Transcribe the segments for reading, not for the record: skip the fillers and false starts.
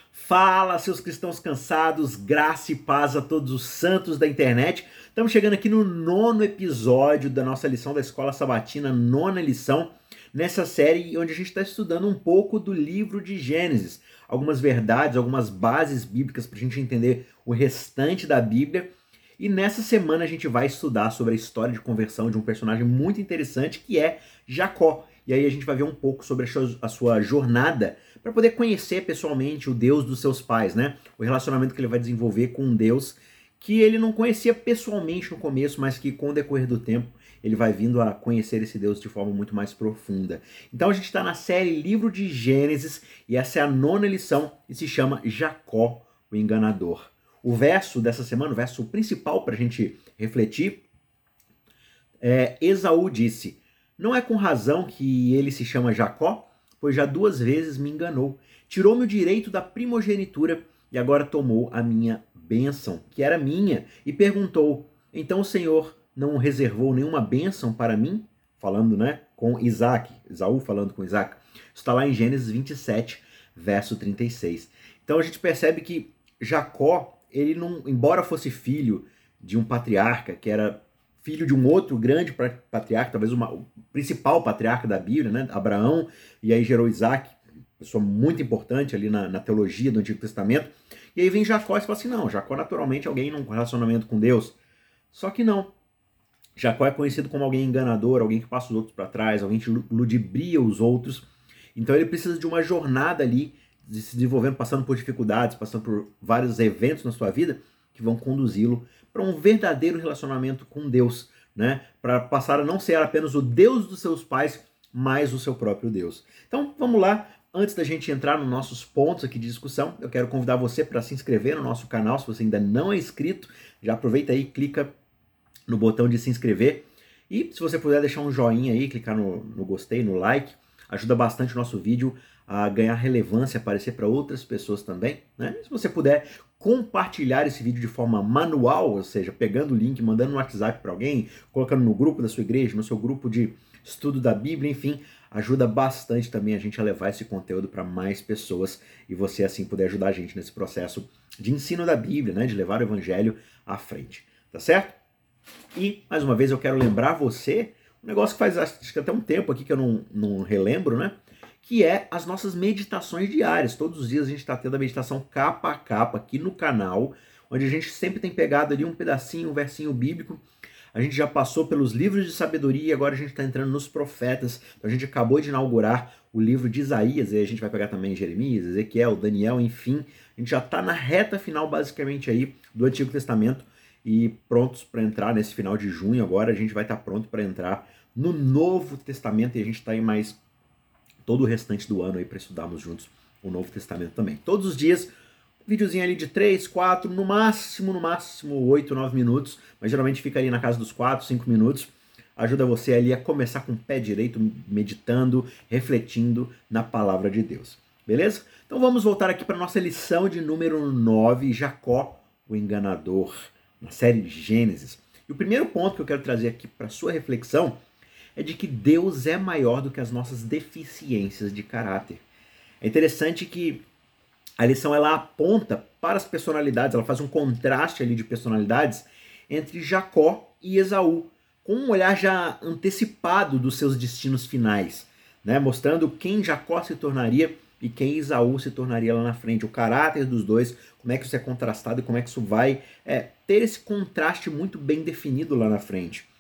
Fala, seus cristãos cansados, graça e paz a todos os santos da internet. Estamos chegando aqui no 9º episódio da nossa lição da Escola Sabatina, 9ª lição, nessa série onde a gente está estudando um pouco do livro de Gênesis. Algumas verdades, algumas bases bíblicas para a gente entender o restante da Bíblia. E nessa semana a gente vai estudar sobre a história de conversão de um personagem muito interessante que é Jacó. E aí a gente vai ver um pouco sobre a sua jornada para poder conhecer pessoalmente o Deus dos seus pais, né? O relacionamento que ele vai desenvolver com um Deus que ele não conhecia pessoalmente no começo, mas que com o decorrer do tempo ele vai vindo a conhecer esse Deus de forma muito mais profunda. Então a gente está na série Livro de Gênesis e essa é a 9ª lição e se chama Jacó, o Enganador. O verso dessa semana, o verso principal para a gente refletir, Esaú disse: "Não é com razão que ele se chama Jacó, pois já 2 vezes me enganou. Tirou-me o direito da primogenitura e agora tomou a minha bênção, que era minha, e perguntou: então o Senhor não reservou nenhuma bênção para mim?" Falando, né, com Isaac, Esaú falando com Isaac. Isso está lá em Gênesis 27, verso 36. Então a gente percebe que Jacó, ele não, embora fosse filho de um patriarca, que era filho de um outro grande patriarca, talvez o principal patriarca da Bíblia, né, Abraão, e aí gerou Isaac, pessoa muito importante ali na teologia do Antigo Testamento. E aí vem Jacó e fala assim, não, Jacó naturalmente é alguém num relacionamento com Deus. Só que não. Jacó é conhecido como alguém enganador, alguém que passa os outros para trás, alguém que ludibria os outros. Então ele precisa de uma jornada ali, de se desenvolvendo, passando por dificuldades, passando por vários eventos na sua vida, que vão conduzi-lo para um verdadeiro relacionamento com Deus, né? Para passar a não ser apenas o Deus dos seus pais, mas o seu próprio Deus. Então vamos lá, antes da gente entrar nos nossos pontos aqui de discussão, eu quero convidar você para se inscrever no nosso canal, se você ainda não é inscrito, já aproveita aí, clica no botão de se inscrever e se você puder deixar um joinha aí, clicar no gostei, no like, ajuda bastante o nosso vídeo a ganhar relevância, aparecer para outras pessoas também, né? Se você puder compartilhar esse vídeo de forma manual, ou seja, pegando o link, mandando no WhatsApp para alguém, colocando no grupo da sua igreja, no seu grupo de estudo da Bíblia, enfim, ajuda bastante também a gente a levar esse conteúdo para mais pessoas e você assim poder ajudar a gente nesse processo de ensino da Bíblia, né? De levar o evangelho à frente, tá certo? E, mais uma vez, eu quero lembrar você, um negócio que faz acho que até um tempo aqui que eu não relembro, né? Que é as nossas meditações diárias. Todos os dias a gente está tendo a meditação capa a capa aqui no canal, onde a gente sempre tem pegado ali um pedacinho, um versinho bíblico. A gente já passou pelos livros de sabedoria e agora a gente está entrando nos profetas. Então a gente acabou de inaugurar o livro de Isaías, e a gente vai pegar também Jeremias, Ezequiel, Daniel, enfim. A gente já está na reta final, basicamente, aí do Antigo Testamento e prontos para entrar nesse final de junho. Agora a gente vai estar pronto para entrar no Novo Testamento e a gente está aí mais todo o restante do ano aí para estudarmos juntos o Novo Testamento também. Todos os dias, um videozinho ali de 3, 4, no máximo 8, 9 minutos, mas geralmente fica ali na casa dos 4, 5 minutos. Ajuda você ali a começar com o pé direito, meditando, refletindo na palavra de Deus. Beleza? Então vamos voltar aqui para a nossa lição de número 9, Jacó, o Enganador, na série Gênesis. E o primeiro ponto que eu quero trazer aqui para sua reflexão é de que Deus é maior do que as nossas deficiências de caráter. É interessante que a lição ela aponta para as personalidades, ela faz um contraste ali de personalidades entre Jacó e Esaú, com um olhar já antecipado dos seus destinos finais, né? Mostrando quem Jacó se tornaria e quem Esaú se tornaria lá na frente, o caráter dos dois, como é que isso é contrastado e como é que isso vai ter esse contraste muito bem definido lá na frente.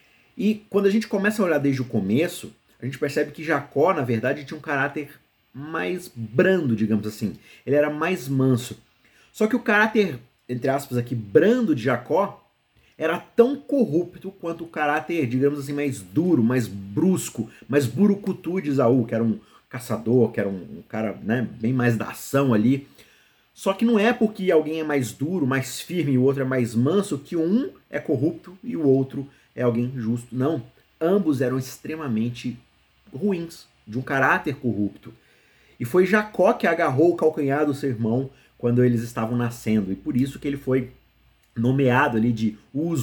E quando a gente começa a olhar desde o começo, a gente percebe que Jacó, na verdade, tinha um caráter mais brando, digamos assim. Ele era mais manso. Só que o caráter, entre aspas aqui, brando de Jacó era tão corrupto quanto o caráter, digamos assim, mais duro, mais brusco, mais burucutu de Esaú, que era um caçador, que era um cara, né, bem mais da ação ali. Só que não é porque alguém é mais duro, mais firme e o outro é mais manso que um é corrupto e o outro é alguém justo. Não. Ambos eram extremamente ruins, de um caráter corrupto. E foi Jacó que agarrou o calcanhar do seu irmão quando eles estavam nascendo. E por isso que ele foi nomeado ali de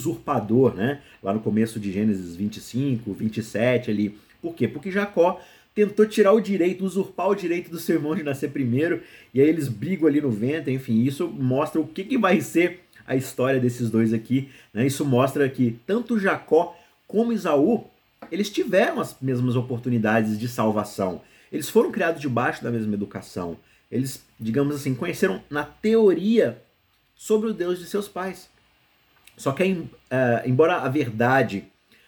usurpador, né? Lá no começo de Gênesis 25, 27 ali. Por quê? Porque Jacó tentou tirar o direito, usurpar o direito do seu irmão de nascer primeiro, e aí eles brigam ali no ventre, enfim, isso mostra o que vai ser a história desses dois aqui, né? Isso mostra que tanto Jacó como Esaú, eles tiveram as mesmas oportunidades de salvação, eles foram criados debaixo da mesma educação, eles, digamos assim, conheceram na teoria sobre o Deus de seus pais. Só que, embora a verdade,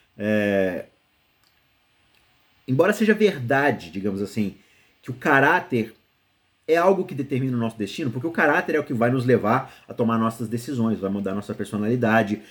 embora seja verdade, digamos assim, que o caráter é algo que determina o nosso destino, porque o caráter é o que vai nos levar a tomar nossas decisões, vai mudar nossa personalidade,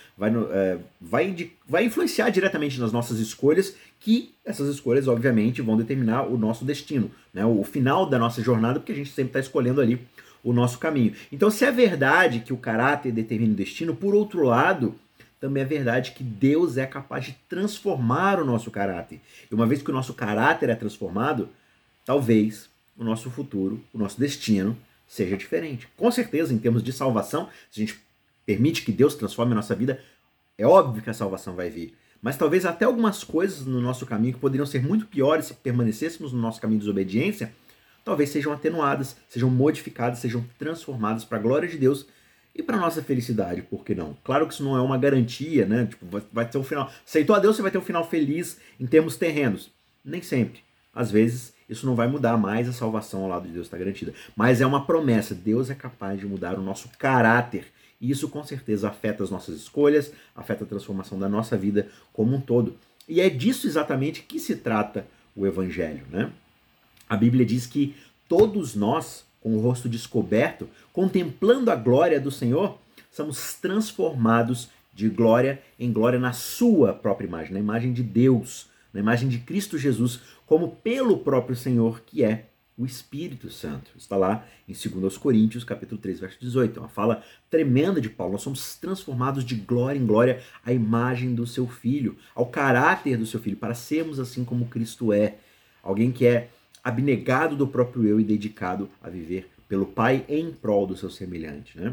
vai influenciar diretamente nas nossas escolhas, que essas escolhas, obviamente, vão determinar o nosso destino, né? O final da nossa jornada, porque a gente sempre está escolhendo ali o nosso caminho. Então, se é verdade que o caráter determina o destino, por outro lado, também é verdade que Deus é capaz de transformar o nosso caráter. E uma vez que o nosso caráter é transformado, talvez o nosso futuro, o nosso destino seja diferente. Com certeza, em termos de salvação, se a gente permite que Deus transforme a nossa vida, é óbvio que a salvação vai vir. Mas talvez até algumas coisas no nosso caminho que poderiam ser muito piores se permanecêssemos no nosso caminho de desobediência, talvez sejam atenuadas, sejam modificadas, sejam transformadas para a glória de Deus e para nossa felicidade, por que não? Claro que isso não é uma garantia, né? Tipo, vai ter um final. Aceitou a Deus, você vai ter um final feliz em termos terrenos. Nem sempre. Às vezes, isso não vai mudar mais, a salvação ao lado de Deus está garantida. Mas é uma promessa. Deus é capaz de mudar o nosso caráter. E isso, com certeza, afeta as nossas escolhas, afeta a transformação da nossa vida como um todo. E é disso exatamente que se trata o Evangelho, né? A Bíblia diz que todos nós, com o rosto descoberto, contemplando a glória do Senhor, somos transformados de glória em glória na sua própria imagem, na imagem de Deus, na imagem de Cristo Jesus, como pelo próprio Senhor, que é o Espírito Santo. Está lá em 2 Coríntios, capítulo 3, verso 18. É uma fala tremenda de Paulo. Nós somos transformados de glória em glória à imagem do seu Filho, ao caráter do seu Filho, para sermos assim como Cristo é. Alguém que é abnegado do próprio eu e dedicado a viver pelo Pai em prol do seu semelhante, né?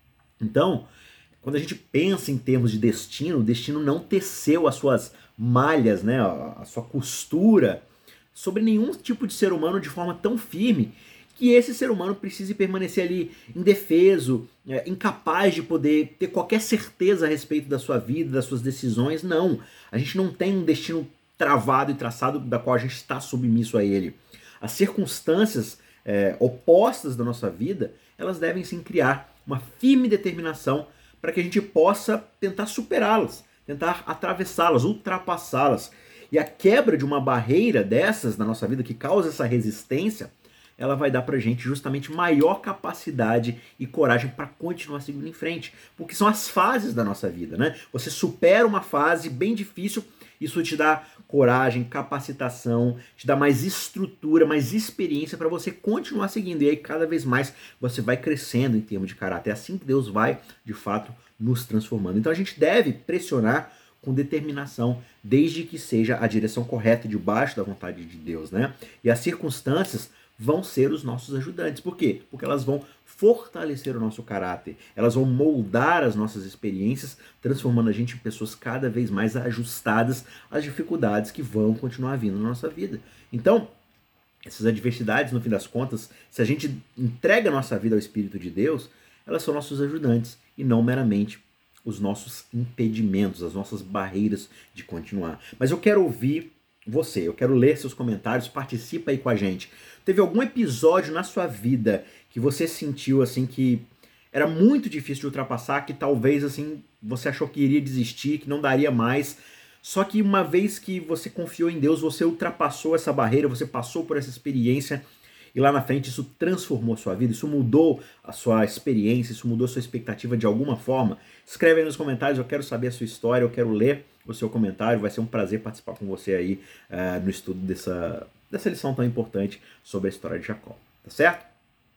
Então, quando a gente pensa em termos de destino, o destino não teceu as suas malhas, né, a sua costura sobre nenhum tipo de ser humano de forma tão firme que esse ser humano precise permanecer ali indefeso, incapaz de poder ter qualquer certeza a respeito da sua vida, das suas decisões. Não, a gente não tem um destino travado e traçado da qual a gente está submisso a ele. As circunstâncias opostas da nossa vida, elas devem sim criar uma firme determinação para que a gente possa tentar superá-las, tentar atravessá-las, ultrapassá-las. E a quebra de uma barreira dessas na nossa vida que causa essa resistência, ela vai dar pra gente justamente maior capacidade e coragem para continuar seguindo em frente. Porque são as fases da nossa vida, né? Você supera uma fase bem difícil, isso te dá coragem, capacitação, te dá mais estrutura, mais experiência para você continuar seguindo. E aí cada vez mais você vai crescendo em termos de caráter. É assim que Deus vai, de fato, nos transformando. Então a gente deve pressionar com determinação, desde que seja a direção correta, debaixo da vontade de Deus, né? E as circunstâncias vão ser os nossos ajudantes. Por quê? Porque elas vão fortalecer o nosso caráter, elas vão moldar as nossas experiências, transformando a gente em pessoas cada vez mais ajustadas às dificuldades que vão continuar vindo na nossa vida. Então, essas adversidades, no fim das contas, se a gente entrega a nossa vida ao Espírito de Deus, elas são nossos ajudantes e não meramente os nossos impedimentos, as nossas barreiras de continuar. Mas eu quero ouvir você, eu quero ler seus comentários, participa aí com a gente. Teve algum episódio na sua vida que você sentiu assim que era muito difícil de ultrapassar, que talvez assim você achou que iria desistir, que não daria mais, só que uma vez que você confiou em Deus, você ultrapassou essa barreira, você passou por essa experiência e lá na frente isso transformou a sua vida, isso mudou a sua experiência, isso mudou a sua expectativa de alguma forma? Escreve aí nos comentários, eu quero saber a sua história, eu quero ler o seu comentário, vai ser um prazer participar com você aí no estudo dessa lição tão importante sobre a história de Jacó, tá certo?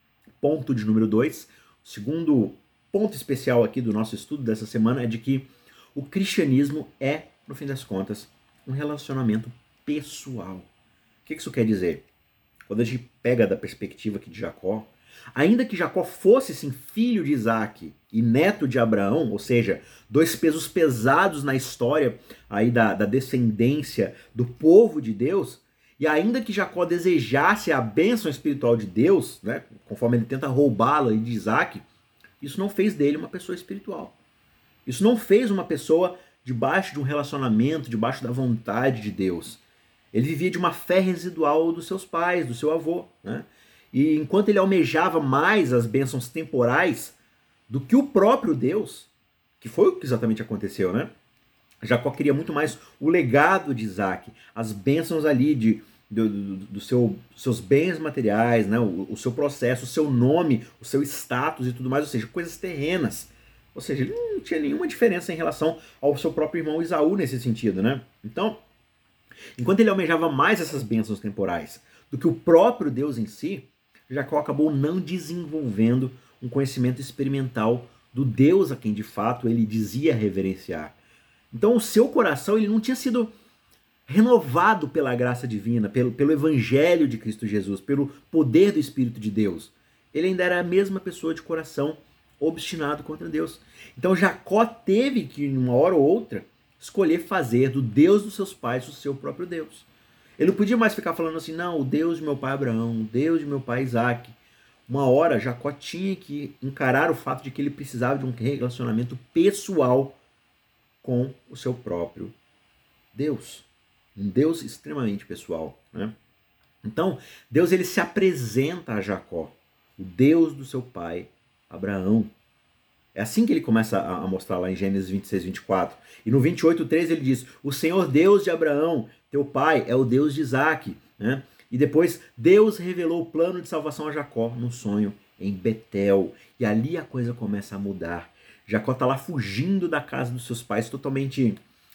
Ponto de número 2, o segundo ponto especial aqui do nosso estudo dessa semana é de que o cristianismo é, no fim das contas, um relacionamento pessoal. O que isso quer dizer? Quando a gente pega da perspectiva aqui de Jacó, ainda que Jacó fosse sim filho de Isaac e neto de Abraão, ou seja, dois pesos pesados na história aí da descendência do povo de Deus, E ainda que Jacó desejasse a bênção espiritual de Deus, né, conforme ele tenta roubá-la de Isaac, isso não fez dele uma pessoa espiritual. Isso não fez uma pessoa debaixo de um relacionamento, debaixo da vontade de Deus. Ele vivia de uma fé residual dos seus pais, do seu avô, né? E enquanto ele almejava mais as bênçãos temporais do que o próprio Deus, que foi o que exatamente aconteceu, né? Jacó queria muito mais o legado de Isaac, as bênçãos ali dos seus bens materiais, né? O seu processo, o seu nome, o seu status e tudo mais, ou seja, coisas terrenas. Ou seja, ele não tinha nenhuma diferença em relação ao seu próprio irmão Esaú nesse sentido, né? Então, enquanto ele almejava mais essas bênçãos temporais do que o próprio Deus em si, Jacó acabou não desenvolvendo um conhecimento experimental do Deus a quem de fato ele dizia reverenciar. Então o seu coração ele não tinha sido renovado pela graça divina, pelo evangelho de Cristo Jesus, pelo poder do Espírito de Deus. Ele ainda era a mesma pessoa de coração obstinado contra Deus. Então Jacó teve que, uma hora ou outra, escolher fazer do Deus dos seus pais o seu próprio Deus. Ele não podia mais ficar falando assim, não, o Deus de meu pai Abraão, o Deus de meu pai Isaac. Uma hora, Jacó tinha que encarar o fato de que ele precisava de um relacionamento pessoal com o seu próprio Deus. Um Deus extremamente pessoal, né? Então, Deus ele se apresenta a Jacó, o Deus do seu pai Abraão. É assim que ele começa a mostrar lá em Gênesis 26, 24. E no 28, 13 ele diz, o Senhor Deus de Abraão, teu pai, é o Deus de Isaac, né? E depois Deus revelou o plano de salvação a Jacó num sonho em Betel. E ali a coisa começa a mudar. Jacó está lá fugindo da casa dos seus pais, totalmente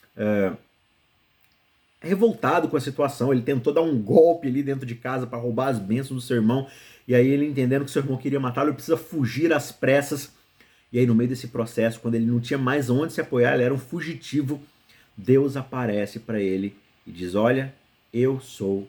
revoltado com a situação. Ele tentou dar um golpe ali dentro de casa para roubar as bênçãos do seu irmão. E aí ele, entendendo que seu irmão queria matá-lo, ele precisa fugir às pressas. E aí no meio desse processo, quando ele não tinha mais onde se apoiar, ele era um fugitivo, Deus aparece para ele e diz, olha, eu sou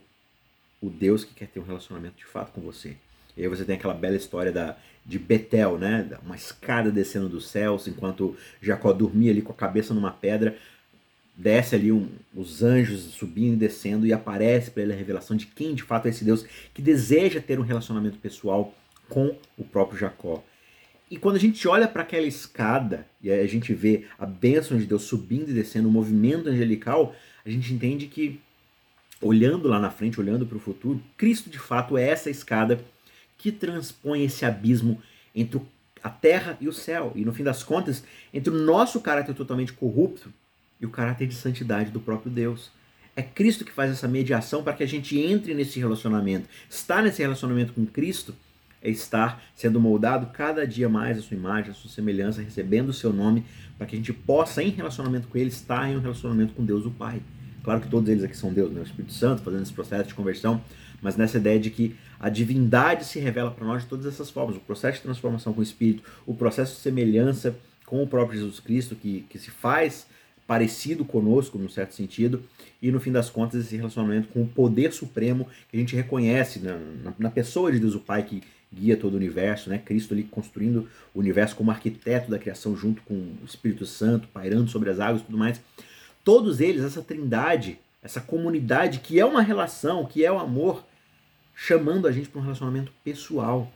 o Deus que quer ter um relacionamento de fato com você. E aí você tem aquela bela história de Betel, né? Uma escada descendo dos céus, enquanto Jacó dormia ali com a cabeça numa pedra, desce ali os anjos subindo e descendo e aparece para ele a revelação de quem de fato é esse Deus que deseja ter um relacionamento pessoal com o próprio Jacó. E quando a gente olha para aquela escada e a gente vê a bênção de Deus subindo e descendo, o movimento angelical, a gente entende que, olhando lá na frente, olhando para o futuro, Cristo de fato é essa escada que transpõe esse abismo entre a terra e o céu. E no fim das contas, entre o nosso caráter totalmente corrupto e o caráter de santidade do próprio Deus. É Cristo que faz essa mediação para que a gente entre nesse relacionamento. Estar nesse relacionamento com Cristo é estar sendo moldado cada dia mais a sua imagem, a sua semelhança, recebendo o seu nome, para que a gente possa, em relacionamento com Ele, estar em um relacionamento com Deus o Pai. Claro que todos eles aqui são Deus, né? O Espírito Santo fazendo esse processo de conversão, mas nessa ideia de que a divindade se revela para nós de todas essas formas. O processo de transformação com o Espírito, o processo de semelhança com o próprio Jesus Cristo, que se faz parecido conosco, num certo sentido, e no fim das contas esse relacionamento com o poder supremo que a gente reconhece na pessoa de Deus o Pai, que guia todo o universo, né? Cristo ali construindo o universo como arquiteto da criação junto com o Espírito Santo, pairando sobre as águas e tudo mais. Todos eles, essa trindade, essa comunidade que é uma relação, que é o amor, chamando a gente para um relacionamento pessoal.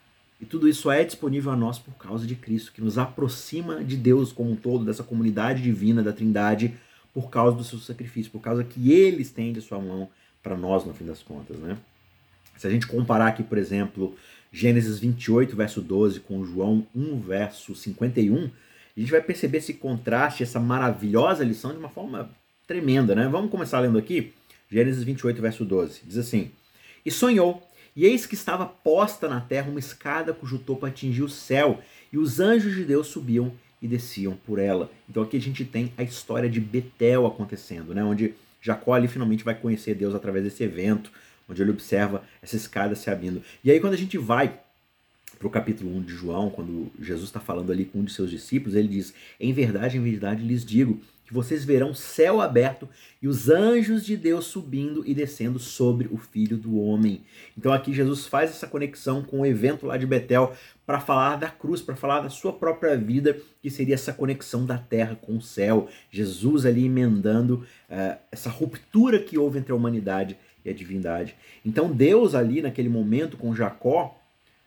E tudo isso é disponível a nós por causa de Cristo, que nos aproxima de Deus como um todo, dessa comunidade divina da trindade, por causa do seu sacrifício, por causa que Ele estende a sua mão para nós, no fim das contas, né? Se a gente comparar aqui, por exemplo, Gênesis 28, verso 12, com João 1, verso 51, a gente vai perceber esse contraste, essa maravilhosa lição de uma forma tremenda, né? Vamos começar lendo aqui, Gênesis 28, verso 12. Diz assim, e sonhou, e eis que estava posta na terra uma escada cujo topo atingia o céu, e os anjos de Deus subiam e desciam por ela. Então aqui a gente tem a história de Betel acontecendo, né? Onde Jacó ali finalmente vai conhecer Deus através desse evento, onde ele observa essa escada se abrindo. E aí quando a gente vai para o capítulo 1 de João, quando Jesus está falando ali com um de seus discípulos, ele diz, em verdade lhes digo, que vocês verão o céu aberto e os anjos de Deus subindo e descendo sobre o Filho do Homem. Então aqui Jesus faz essa conexão com o evento lá de Betel para falar da cruz, para falar da sua própria vida, que seria essa conexão da terra com o céu. Jesus ali emendando essa ruptura que houve entre a humanidade e a divindade. Então Deus ali naquele momento com Jacó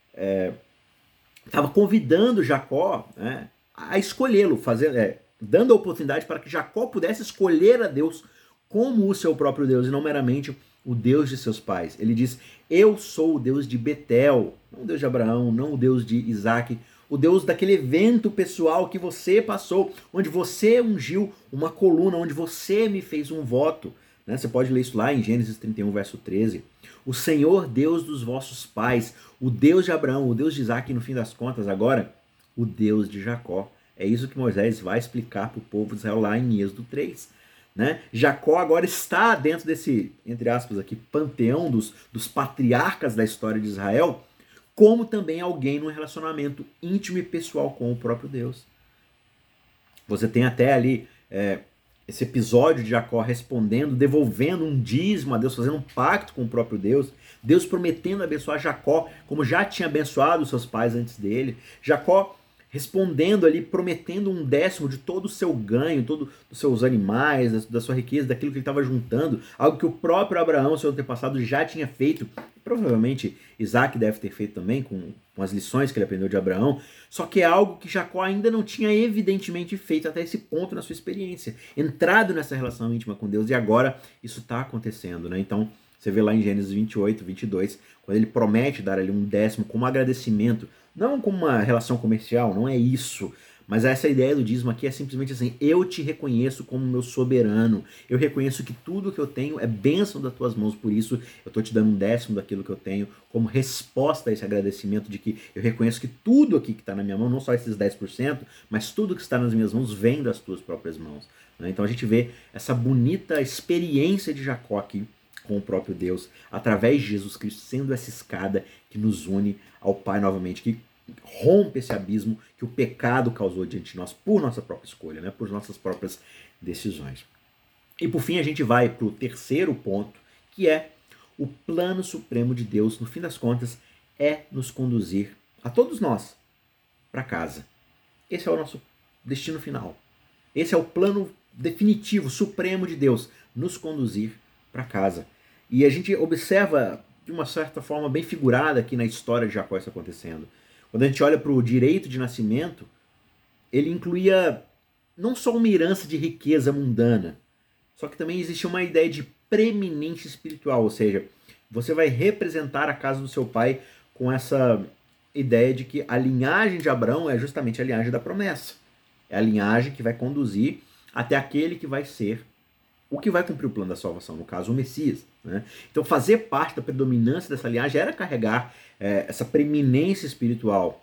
estava convidando Jacó, né, a escolhê-lo, dando a oportunidade para que Jacó pudesse escolher a Deus como o seu próprio Deus e não meramente o Deus de seus pais. Ele diz: eu sou o Deus de Betel, não o Deus de Abraão, não o Deus de Isaac, o Deus daquele evento pessoal que você passou, onde você ungiu uma coluna, onde você me fez um voto. Né? Você pode ler isso lá em Gênesis 31, verso 13. O Senhor Deus dos vossos pais, o Deus de Abraão, o Deus de Isaac e no fim das contas agora, o Deus de Jacó. É isso que Moisés vai explicar para o povo de Israel lá em Êxodo 3. Né? Jacó agora está dentro desse, entre aspas aqui, panteão dos patriarcas da história de Israel, como também alguém num relacionamento íntimo e pessoal com o próprio Deus. Você tem até ali esse episódio de Jacó respondendo, devolvendo um dízimo a Deus, fazendo um pacto com o próprio Deus, Deus prometendo abençoar Jacó, como já tinha abençoado seus pais antes dele, Jacó respondendo ali, prometendo um décimo de todo o seu ganho, todos os seus animais, da sua riqueza, daquilo que ele estava juntando, algo que o próprio Abraão, seu antepassado, já tinha feito, provavelmente Isaac deve ter feito também, com as lições que ele aprendeu de Abraão, só que é algo que Jacó ainda não tinha evidentemente feito até esse ponto na sua experiência, entrado nessa relação íntima com Deus, e agora isso está acontecendo, né? Então, você vê lá em Gênesis 28, 22, quando ele promete dar ali um décimo como agradecimento, não como uma relação comercial, não é isso, mas essa ideia do dízimo aqui é simplesmente assim: eu te reconheço como meu soberano, eu reconheço que tudo que eu tenho é bênção das tuas mãos, por isso eu estou te dando um décimo daquilo que eu tenho, como resposta a esse agradecimento de que eu reconheço que tudo aqui que está na minha mão, não só esses 10%, mas tudo que está nas minhas mãos vem das tuas próprias mãos. Né? Então a gente vê essa bonita experiência de Jacó aqui com o próprio Deus, através de Jesus Cristo, sendo essa escada que nos une ao Pai novamente, que rompe esse abismo que o pecado causou diante de nós por nossa própria escolha, né? Por nossas próprias decisões. E por fim a gente vai para o terceiro ponto, que é o plano supremo de Deus, no fim das contas, é nos conduzir, a todos nós, para casa. Esse é o nosso destino final. Esse é o plano definitivo, supremo de Deus, nos conduzir para casa. E a gente observa, de uma certa forma bem figurada aqui na história de Jacó isso acontecendo. Quando a gente olha para o direito de nascimento, ele incluía não só uma herança de riqueza mundana, só que também existia uma ideia de preeminência espiritual, ou seja, você vai representar a casa do seu pai com essa ideia de que a linhagem de Abraão é justamente a linhagem da promessa. É a linhagem que vai conduzir até aquele que vai ser o que vai cumprir o plano da salvação, no caso o Messias. Né? Então fazer parte da predominância dessa linhagem era carregar essa preeminência espiritual.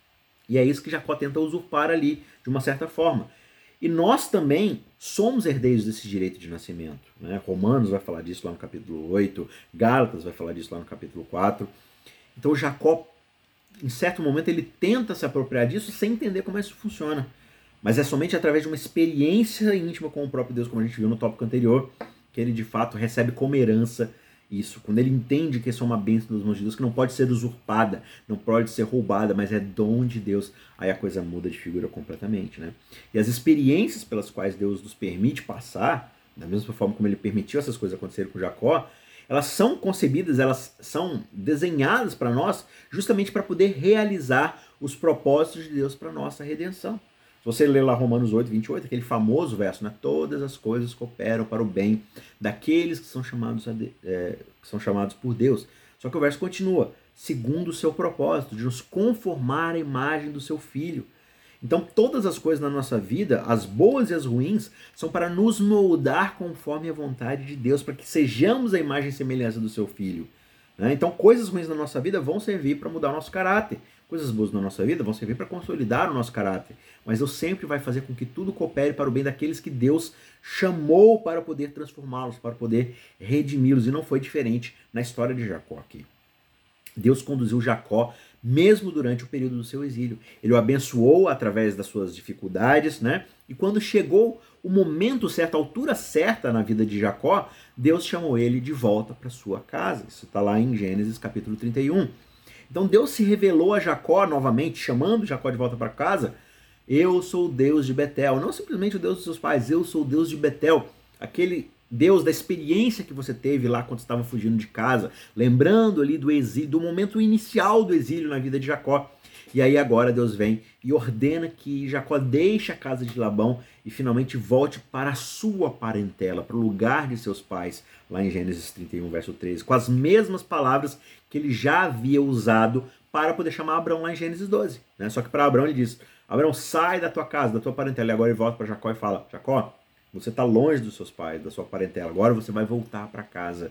E é isso que Jacó tenta usurpar ali, de uma certa forma. E nós também somos herdeiros desse direito de nascimento. Né? Romanos vai falar disso lá no capítulo 8, Gálatas vai falar disso lá no capítulo 4. Então Jacó, em certo momento, ele tenta se apropriar disso sem entender como isso funciona. Mas é somente através de uma experiência íntima com o próprio Deus, como a gente viu no tópico anterior, que ele de fato recebe como herança isso. Quando ele entende que isso é uma bênção das mãos de Deus, que não pode ser usurpada, não pode ser roubada, mas é dom de Deus, aí a coisa muda de figura completamente. Né? E as experiências pelas quais Deus nos permite passar, da mesma forma como ele permitiu essas coisas acontecerem com Jacó, elas são concebidas, elas são desenhadas para nós justamente para poder realizar os propósitos de Deus para a nossa redenção. Se você ler lá Romanos 8, 28, aquele famoso verso, né? Todas as coisas cooperam para o bem daqueles que são chamados por Deus. Só que o verso continua, segundo o seu propósito, de nos conformar à imagem do seu Filho. Então todas as coisas na nossa vida, as boas e as ruins, são para nos moldar conforme a vontade de Deus, para que sejamos a imagem e semelhança do seu Filho. Né? Então coisas ruins na nossa vida vão servir para mudar o nosso caráter. Coisas boas na nossa vida vão servir para consolidar o nosso caráter. Mas Deus sempre vai fazer com que tudo coopere para o bem daqueles que Deus chamou para poder transformá-los, para poder redimi-los. E não foi diferente na história de Jacó aqui. Deus conduziu Jacó mesmo durante o período do seu exílio. Ele o abençoou através das suas dificuldades, né? E quando chegou o momento certo, a altura certa na vida de Jacó, Deus chamou ele de volta para sua casa. Isso está lá em Gênesis capítulo 31. Então Deus se revelou a Jacó novamente, chamando Jacó de volta para casa. Eu sou o Deus de Betel, não simplesmente o Deus dos seus pais, eu sou o Deus de Betel, aquele Deus da experiência que você teve lá quando estava fugindo de casa, lembrando ali do exílio, do momento inicial do exílio na vida de Jacó. E aí agora Deus vem e ordena que Jacó deixe a casa de Labão e finalmente volte para a sua parentela, para o lugar de seus pais, lá em Gênesis 31, verso 13, com as mesmas palavras que ele já havia usado para poder chamar Abrão lá em Gênesis 12. Né? Só que para Abrão ele diz, Abrão, sai da tua casa, da tua parentela. E agora ele volta para Jacó e fala, Jacó, você está longe dos seus pais, da sua parentela, agora você vai voltar para casa.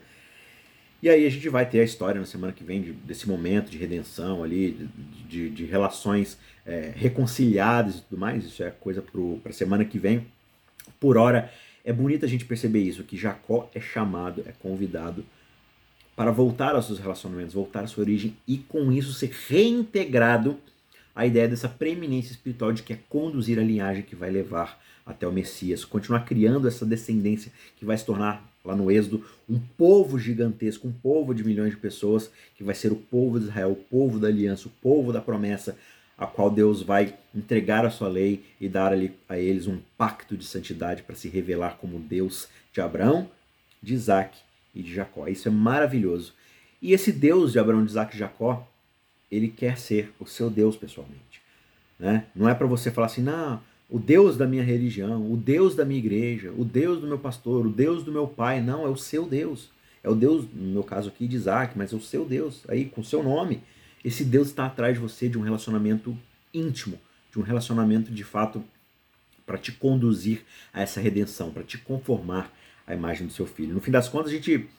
E aí a gente vai ter a história na semana que vem desse momento de redenção ali, de relações reconciliadas e tudo mais. Isso é coisa para a semana que vem. Por hora, é bonito a gente perceber isso, que Jacó é chamado, é convidado para voltar aos seus relacionamentos, voltar à sua origem e com isso ser reintegrado à ideia dessa preeminência espiritual de que é conduzir a linhagem que vai levar até o Messias, continuar criando essa descendência que vai se tornar, lá no Êxodo, um povo gigantesco, um povo de milhões de pessoas, que vai ser o povo de Israel, o povo da aliança, o povo da promessa, a qual Deus vai entregar a sua lei e dar ali a eles um pacto de santidade para se revelar como Deus de Abraão, de Isaac e de Jacó. Isso é maravilhoso. E esse Deus de Abraão, de Isaac e Jacó, ele quer ser o seu Deus pessoalmente. Né? Não é para você falar assim, não, o Deus da minha religião, o Deus da minha igreja, o Deus do meu pastor, o Deus do meu pai. Não, é o seu Deus. É o Deus, no meu caso aqui, de Isaac, mas é o seu Deus, aí com o seu nome. Esse Deus está atrás de você de um relacionamento íntimo, de um relacionamento de fato para te conduzir a essa redenção, para te conformar à imagem do seu filho. No fim das contas,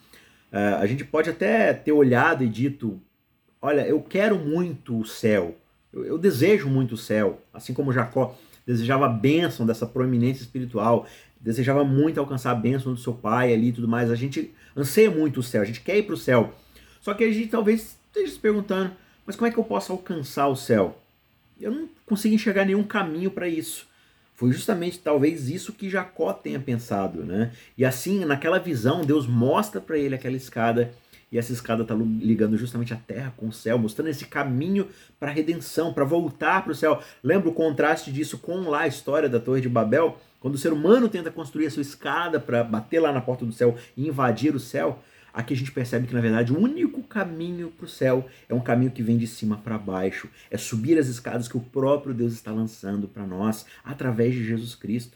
a gente pode até ter olhado e dito, olha, eu quero muito o céu, eu desejo muito o céu, assim como Jacó desejava a bênção dessa proeminência espiritual, desejava muito alcançar a bênção do seu pai ali e tudo mais. A gente anseia muito o céu, a gente quer ir para o céu. Só que a gente talvez esteja se perguntando, mas como é que eu posso alcançar o céu? Eu não consigo enxergar nenhum caminho para isso. Foi justamente talvez isso que Jacó tenha pensado, né? E assim, naquela visão, Deus mostra para ele aquela escada, e essa escada está ligando justamente a terra com o céu, mostrando esse caminho para a redenção, para voltar para o céu. Lembra o contraste disso com lá a história da Torre de Babel? Quando o ser humano tenta construir a sua escada para bater lá na porta do céu e invadir o céu, aqui a gente percebe que, na verdade, o único caminho para o céu é um caminho que vem de cima para baixo. É subir as escadas que o próprio Deus está lançando para nós, através de Jesus Cristo.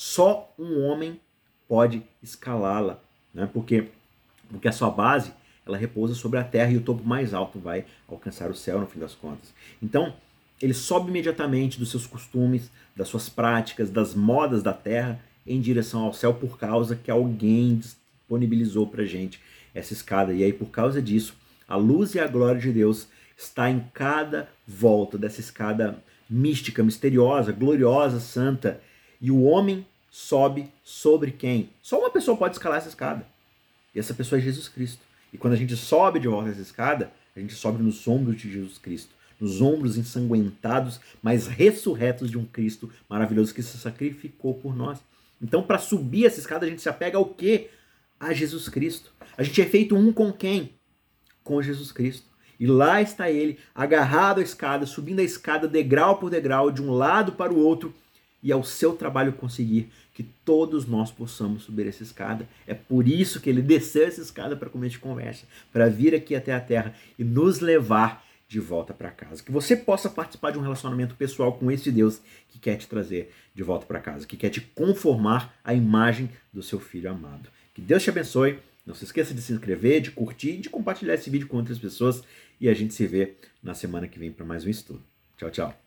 Só um homem pode escalá-la, né? Porque a sua base, ela repousa sobre a terra e o topo mais alto vai alcançar o céu no fim das contas. Então, ele sobe imediatamente dos seus costumes, das suas práticas, das modas da terra em direção ao céu por causa que alguém disponibilizou para a gente essa escada. E aí, por causa disso, a luz e a glória de Deus está em cada volta dessa escada mística, misteriosa, gloriosa, santa. E o homem sobe sobre quem? Só uma pessoa pode escalar essa escada. E essa pessoa é Jesus Cristo. E quando a gente sobe de volta essa escada, a gente sobe nos ombros de Jesus Cristo, nos ombros ensanguentados, mas ressurretos de um Cristo maravilhoso que se sacrificou por nós. Então, para subir essa escada, a gente se apega ao quê? A Jesus Cristo. A gente é feito um com quem? Com Jesus Cristo. E lá está ele, agarrado à escada, subindo a escada degrau por degrau, de um lado para o outro, e ao seu trabalho conseguir que todos nós possamos subir essa escada. É por isso que ele desceu essa escada para começo de conversa, para vir aqui até a terra e nos levar de volta para casa. Que você possa participar de um relacionamento pessoal com esse Deus que quer te trazer de volta para casa, que quer te conformar à imagem do seu Filho amado. Que Deus te abençoe. Não se esqueça de se inscrever, de curtir, de compartilhar esse vídeo com outras pessoas. E a gente se vê na semana que vem para mais um estudo. Tchau, tchau.